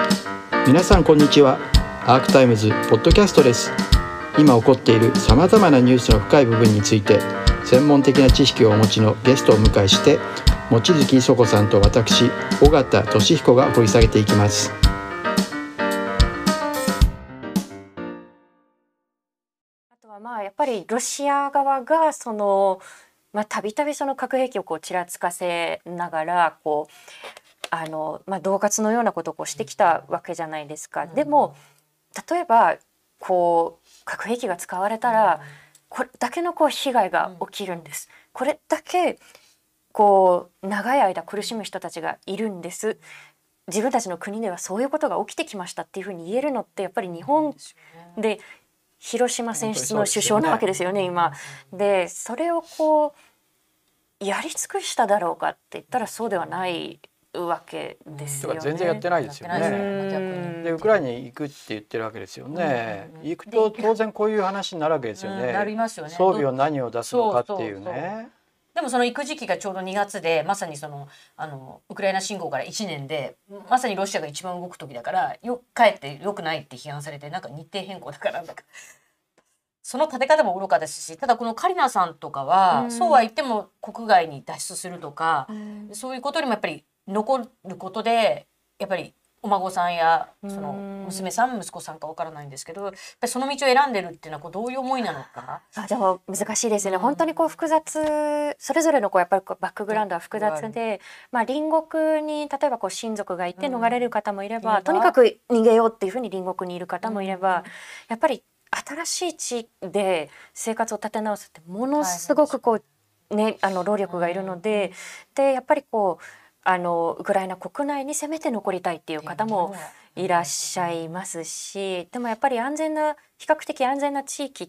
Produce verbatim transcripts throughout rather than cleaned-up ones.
皆さんこんにちは。アークタイムズポッドキャストです。今起こっているさまざまなニュースの深い部分について専門的な知識をお持ちのゲストをお迎えして望月磯子さんと私尾形俊彦が掘り下げていきます。 あとはまあやっぱりロシア側がそのまあたびたびその核兵器をこうちらつかせながらこうあのまあ恫喝のようなことをこうしてきたわけじゃないですか。でも例えばこう核兵器が使われたらこれだけのこう被害が起きるんです。これだけこう長い間苦しむ人たちがいるんです。自分たちの国ではそういうことが起きてきましたっていうふうに言えるのってやっぱり日本で広島選出の首相なわけですよね今。でそれをこうやり尽くしただろうかって言ったらそうではないわけですよね。 全然やってないですよね。でウクライナに行くって言ってるわけですよね。行くと当然こういう話になるわけですよね。 なりますよね。 装備を何を出すのかっていうね。 でもその行く時期がちょうどにがつでまさにそのあのウクライナ侵攻からいちねんでまさにロシアが一番動く時だからよ帰ってよくないって批判されてなんか日程変更だからなんかその立て方も愚かですし、ただこのカリナさんとかは、うん、そうは言っても国外に脱出するとか、うん、そういうことにもやっぱり残ることでやっぱりお孫さんやその娘さん息子さんかわからないんですけどやっぱりその道を選んでるっていうのはこうどういう思いなのか。 あでも難しいですよね、うん、本当にこう複雑それぞれのこうやっぱりバックグラウンドは複雑で、まあ、隣国に例えばこう親族がいて逃れる方もいれば、うん、とにかく逃げようっていうふうに隣国にいる方もいれば、うん、やっぱり新しい地で生活を立て直すってものすごくこう、ね、あの労力がいるので、うん、でやっぱりこうあのウクライナ国内に攻めて残りたいっていう方もいらっしゃいますし、でもやっぱり安全な比較的安全な地域って、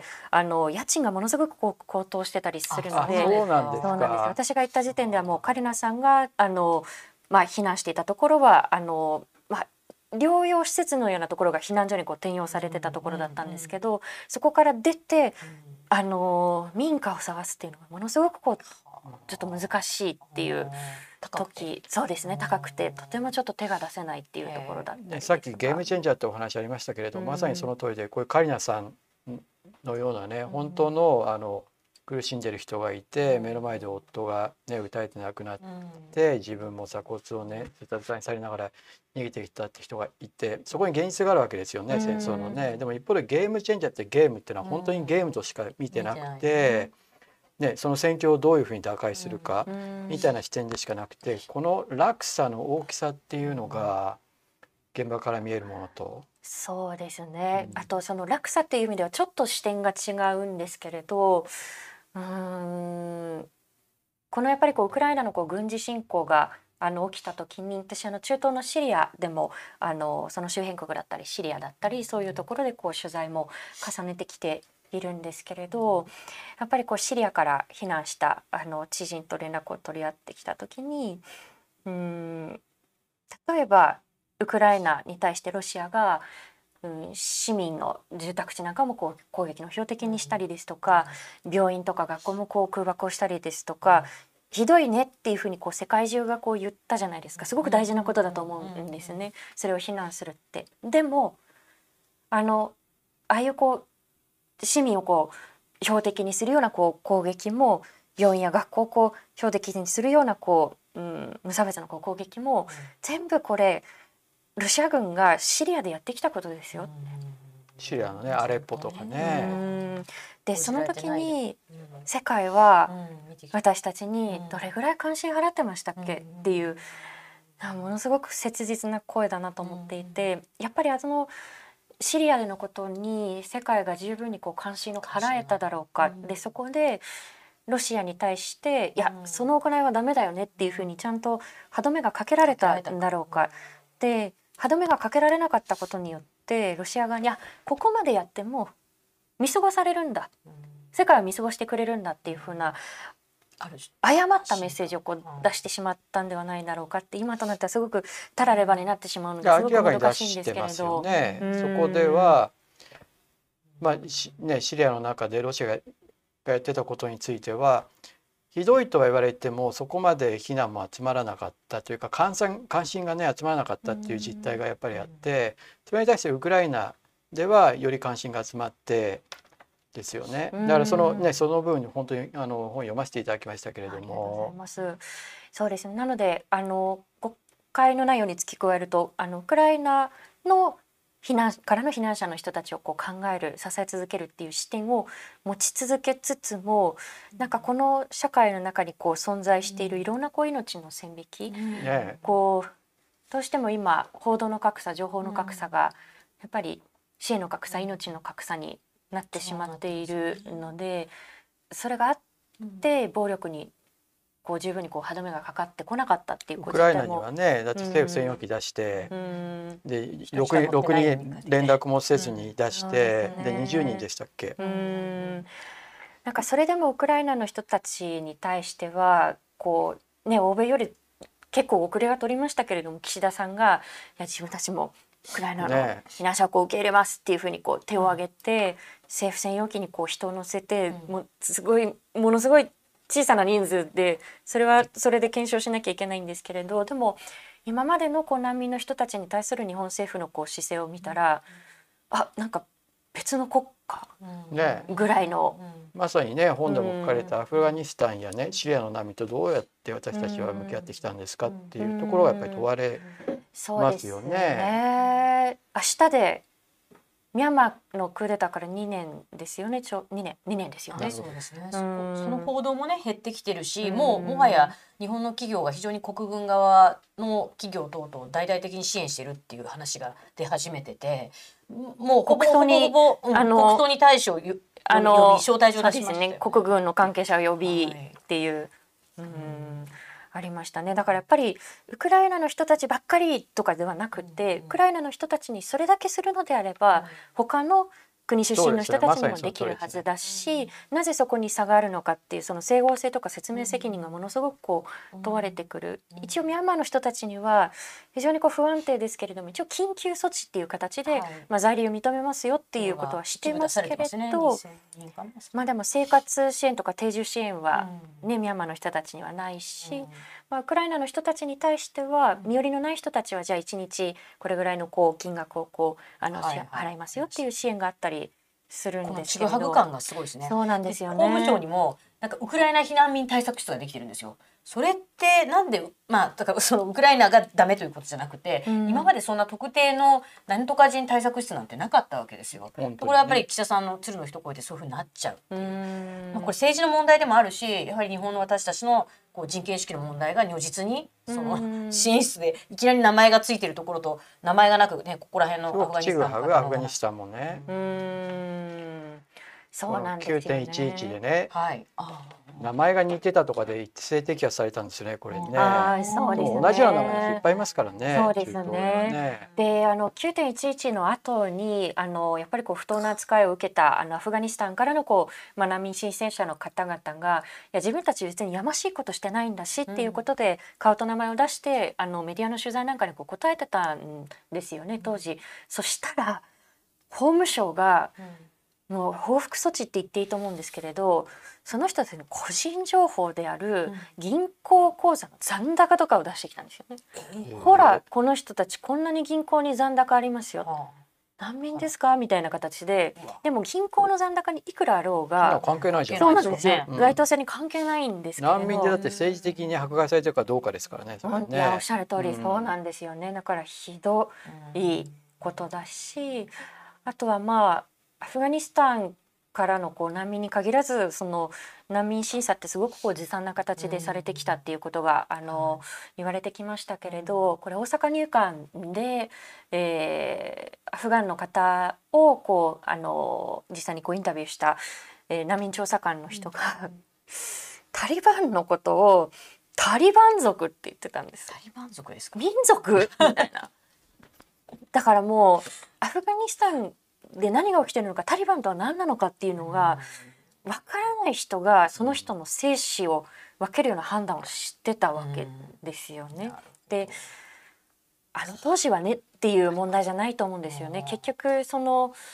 うん、あの家賃がものすごくこう高騰してたりするので、 そうなんですか。 そうなんです。私が行った時点ではもうカリナさんがあの、まあ、避難していたところはあの、まあ、療養施設のようなところが避難所にこう転用されてたところだったんですけど、そこから出てあの民家を探すっていうのがものすごくこうちょっと難しいっていう時、そうですね、高くてとてもちょっと手が出せないっていうところだったりですとか、 さっきゲームチェンジャーってお話ありましたけれど、うん、まさにその通りでこういうカリナさんのようなね、うん、本当のあの苦しんでる人がいて、うん、目の前で夫がね撃たれて亡くなって、うん、自分も鎖骨をねズタズタにされながら逃げてきたって人がいて、そこに現実があるわけですよね、うん、戦争のね。でも一方でゲームチェンジャーってゲームっていうのは本当にゲームとしか見てなくて、うんね、その戦況をどういうふうに打開するかみたいな視点でしかなくて、この落差の大きさっていうのが現場から見えるものと。 そうですね、うん、あとその落差っていう意味ではちょっと視点が違うんですけれど、うーんこのやっぱりこうウクライナのこう軍事侵攻があの起きた時に、私あの中東のシリアでもあのその周辺国だったりシリアだったりそういうところでこう取材も重ねてきているんですけれど、やっぱりこうシリアから避難したあの知人と連絡を取り合ってきた時に、うーん例えばウクライナに対してロシアが、うん、市民の住宅地なんかもこう攻撃の標的にしたりですとか、病院とか学校もこう空爆をしたりですとか、ひどいねっていうふうにこう世界中がこう言ったじゃないですか。すごく大事なことだと思うんですね、それを非難するって。でもあのああいうこう市民をこう標的にするようなこう攻撃も、病院や学校をこう標的にするようなこう、うん、無差別なこう攻撃も、全部これロシア軍がシリアでやってきたことですよ。 シリアのねアレッポとかね。 うんでその時に世界は私たちにどれぐらい関心払ってましたっけっていう、ものすごく切実な声だなと思っていて、やっぱりあのシリアでのことに世界が十分にこう関心を払えただろうか、でそこでロシアに対していやその行いはダメだよねっていうふうにちゃんと歯止めがかけられたんだろうか。で歯止めがかけられなかったことによってロシア側に、いやここまでやっても見過ごされるんだ、世界は見過ごしてくれるんだっていうふうな誤ったメッセージをこう出してしまったんではないだろうかって、今となってはすごくたらればになってしまうのですごく難しいんですけれど、 ね、そこでは、まあね、シリアの中でロシアがやってたことについてはひどいとは言われてもそこまで非難も集まらなかったというか関心関心がね集まらなかったっていう実態がやっぱりあって、それに対してウクライナではより関心が集まってですよね。だからそのねその分本当にあの本読ませていただきましたけれども。 ありがとうございます。そうですね。なのであの国会の内容に付け加えると、あのウクライナの避難からの避難者の人たちをこう考える、支え続けるっていう視点を持ち続けつつも、なんかこの社会の中にこう存在しているいろんなこう命の線引き、 ね、 こうどうしても今報道の格差、情報の格差がやっぱり支援の格差、命の格差になってしまっているので、それがあって暴力にこう十分にこう歯止めがかかってこなかったっていうウクライナにはねだって政府専用機出して、 うん、 で 6, 6人連絡もせずに出して、うん、でにじゅうにんでしたっけ。 うん、なんかそれでもウクライナの人たちに対してはこう、ね、欧米より結構遅れが取りましたけれども、岸田さんがいや自分たちもウクライナの避難者をこう受け入れますっていうふうにこう手を挙げて、政府専用機にこう人を乗せて、もうすごいものすごい小さな人数でそれはそれで検証しなきゃいけないんですけれど、でも今までのこう難民の人たちに対する日本政府のこう姿勢を見たら、あ、なんか別の国家ぐらいの、 ね、まさにね本でも書かれたアフガニスタンやねシリアの難民とどうやって私たちは向き合ってきたんですかっていうところがやっぱり問われますよね。 そうですね。明日でミャンマーのクーデターからにねんですよね。ちょにねんにねんですよね。 そうですね。そ, その報道もね減ってきてるし、もうもはや日本の企業が非常に国軍側の企業等々大々的に支援してるっていう話が出始めてて、もう国葬にほぼほぼ、うん、あの国葬に対処をあの招待状出しましたよね。 国軍の関係者を呼びっていう、はい、うん、ありましたね。だからやっぱりウクライナの人たちばっかりとかではなくて、うん、ウクライナの人たちにそれだけするのであれば、うん、他の国出身の人たちにもできるはずだし、ね、なぜそこに差があるのかっていうその整合性とか説明責任がものすごくこう問われてくる、うん、一応ミャンマーの人たちには非常にこう不安定ですけれども、一応緊急措置っていう形で、はい、まあ、在留を認めますよっていうことはしてますけれど、ね、まあでも生活支援とか定住支援は、ね、うん、ミャンマーの人たちにはないし、うん、まあ、ウクライナの人たちに対しては身寄りのない人たちはじゃあいちにちこれぐらいのこう金額をこうあの、はいはい、払いますよっていう支援があったりするんですけど、 このちぐはぐ感がすごいですね。 そうなんですよね。 法務省にもなんかウクライナ避難民対策室ができてるんですよ。それってなんで、まあだからそのウクライナがダメということじゃなくて、うん、今までそんな特定の何とか人対策室なんてなかったわけですよ。ね、これはやっぱり岸田さんの鶴の一声でそういうふうになっちゃうっていう。うん、まあ、これ政治の問題でもあるし、やはり日本の私たちのこう人権意識の問題が如実にその支援室でいきなり名前がついてるところと名前がなくね、ここら辺のアフガニスタンの方のアフガニスタンもね。 うーん、そうなんですよね。 きゅうてんいちいちでね、 はい、あ名前が似てたとかで一斉摘発されたんですよね、これね。 あ、そうですね。 同じような名前いっぱいいますからね。 そうですね。ね、で、あの きゅうてんいちいち の後にあのやっぱりこう不当な扱いを受けたあのアフガニスタンからのこう、まあ、難民申請者の方々が、いや自分たち別にやましいことしてないんだしっていうことで、うん、顔と名前を出してあのメディアの取材なんかにこう答えてたんですよね、当時。そしたら法務省が、うん、もう報復措置って言っていいと思うんですけれど、その人たちの個人情報である銀行口座の残高とかを出してきたんですよね。うん、ほらこの人たちこんなに銀行に残高ありますよ、はあ、難民ですかみたいな形で、でも銀行の残高にいくらあろうが関係ないじゃないですか。 そうなんですよ、うん、該当性に関係ないんですけど、 難民でだって政治的に迫害されてるかどうかですからね。それね、 いやおっしゃる通り、そうなんですよね。だからひどいことだし、あとはまあアフガニスタンからのこう難民に限らず、その難民審査ってすごくこうずさんな形でされてきたっていうことが、あの言われてきましたけれど、これ大阪入管で、えー、アフガンの方をこうあの実際にこうインタビューした、えー、難民調査官の人が、うん、タリバンのことをタリバン族って言ってたんです。 タリバン族ですか？ 民族みたいな。だからもうアフガニスタンで何が起きてるのか、タリバンとは何なのかっていうのが分からない人がその人の生死を分けるような判断をしてたわけですよね。で、あの当時はねっていう問題じゃないと思うんですよね。結局その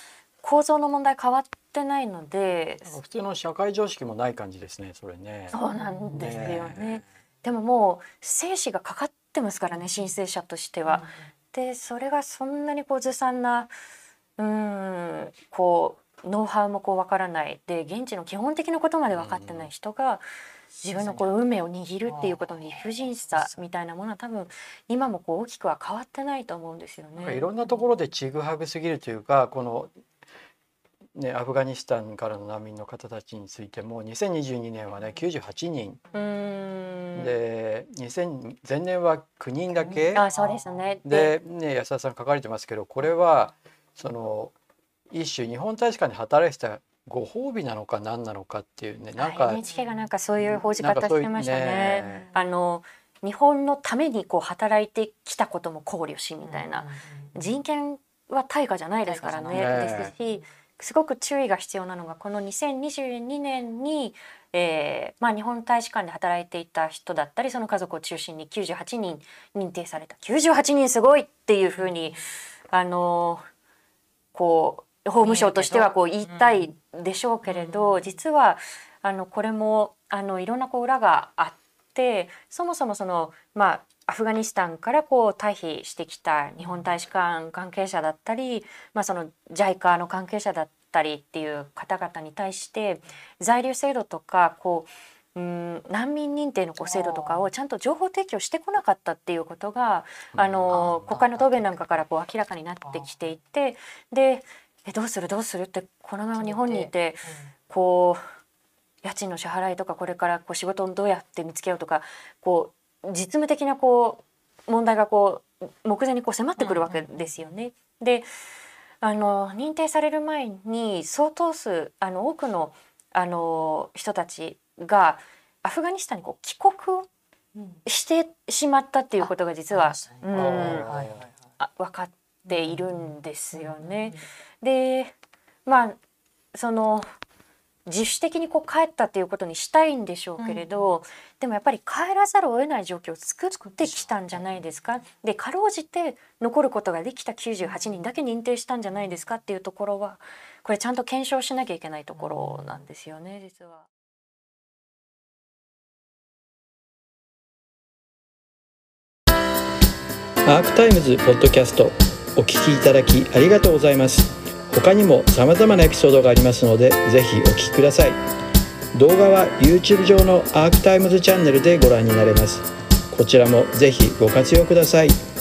構造の問題変わってないので、 普通の社会常識もない感じですね、それね。 そうなんですよね。 ねでももう生死がかかってますからね、申請者としては。でそれがそんなにこうずさんなうーんこうノウハウもこう分からないで、現地の基本的なことまで分かってない人が自分のこう運命を握るっていうことの理不尽さみたいなものは多分今もこう大きくは変わってないと思うんですよね。 いろんなところでちぐはぐすぎるというか、このね、アフガニスタンからの難民の方たちについてもにせんにじゅうにねんはねきゅうじゅうはちにんうーんでにせん前年はきゅうにんだけあ、そうですね。 で、ね、安田さん書かれてますけど、これはその一種日本大使館で働いてたご褒美なのか何なのかっていうね、なんかエヌエイチケー がなんかそういう報じ方なんかそういうしてましたね。 ねあの日本のためにこう働いてきたことも考慮しみたいな、人権は対価じゃないですからね。 対価じゃないですし、すごく注意が必要なのがこのにせんにじゅうにねんに、えーまあ、日本大使館で働いていた人だったりその家族を中心にきゅうじゅうはちにん認定された。きゅうじゅうはちにんすごいっていうふうにあのこう法務省としてはこう言いたいでしょうけれど、実はあのこれもあのいろんなこう裏があって、そもそもそのまあアフガニスタンからこう退避してきた日本大使館関係者だったり、まあ、その ジャイカー の関係者だったりっていう方々に対して在留制度とかこううん難民認定のこう制度とかをちゃんと情報提供してこなかったっていうことがあの国会の答弁なんかからこう明らかになってきていて、でえどうするどうするってこのまま日本にいてこう家賃の支払いとかこれからこう仕事をどうやって見つけようとかこう実務的なこう問題がこう目前にこう迫ってくるわけですよね。であの認定される前に相当数あの多くのあの人たちがアフガニスタンにこう帰国してしまったっていうことが実はうんあ分かっているんですよね。でまあその自主的にこう帰ったっていうことにしたいんでしょうけれど、うん、でもやっぱり帰らざるを得ない状況を作ってきたんじゃないですか。でかろうじて残ることができたきゅうじゅうはちにんだけ認定したんじゃないですかっていうところはこれちゃんと検証しなきゃいけないところなんですよね、実は。 アークタイムズポッドキャストお聞きいただきありがとうございます。他にも様々なエピソードがありますのでぜひお聞きください。動画は YouTube 上のアークタイムズチャンネルでご覧になれます。こちらもぜひご活用ください。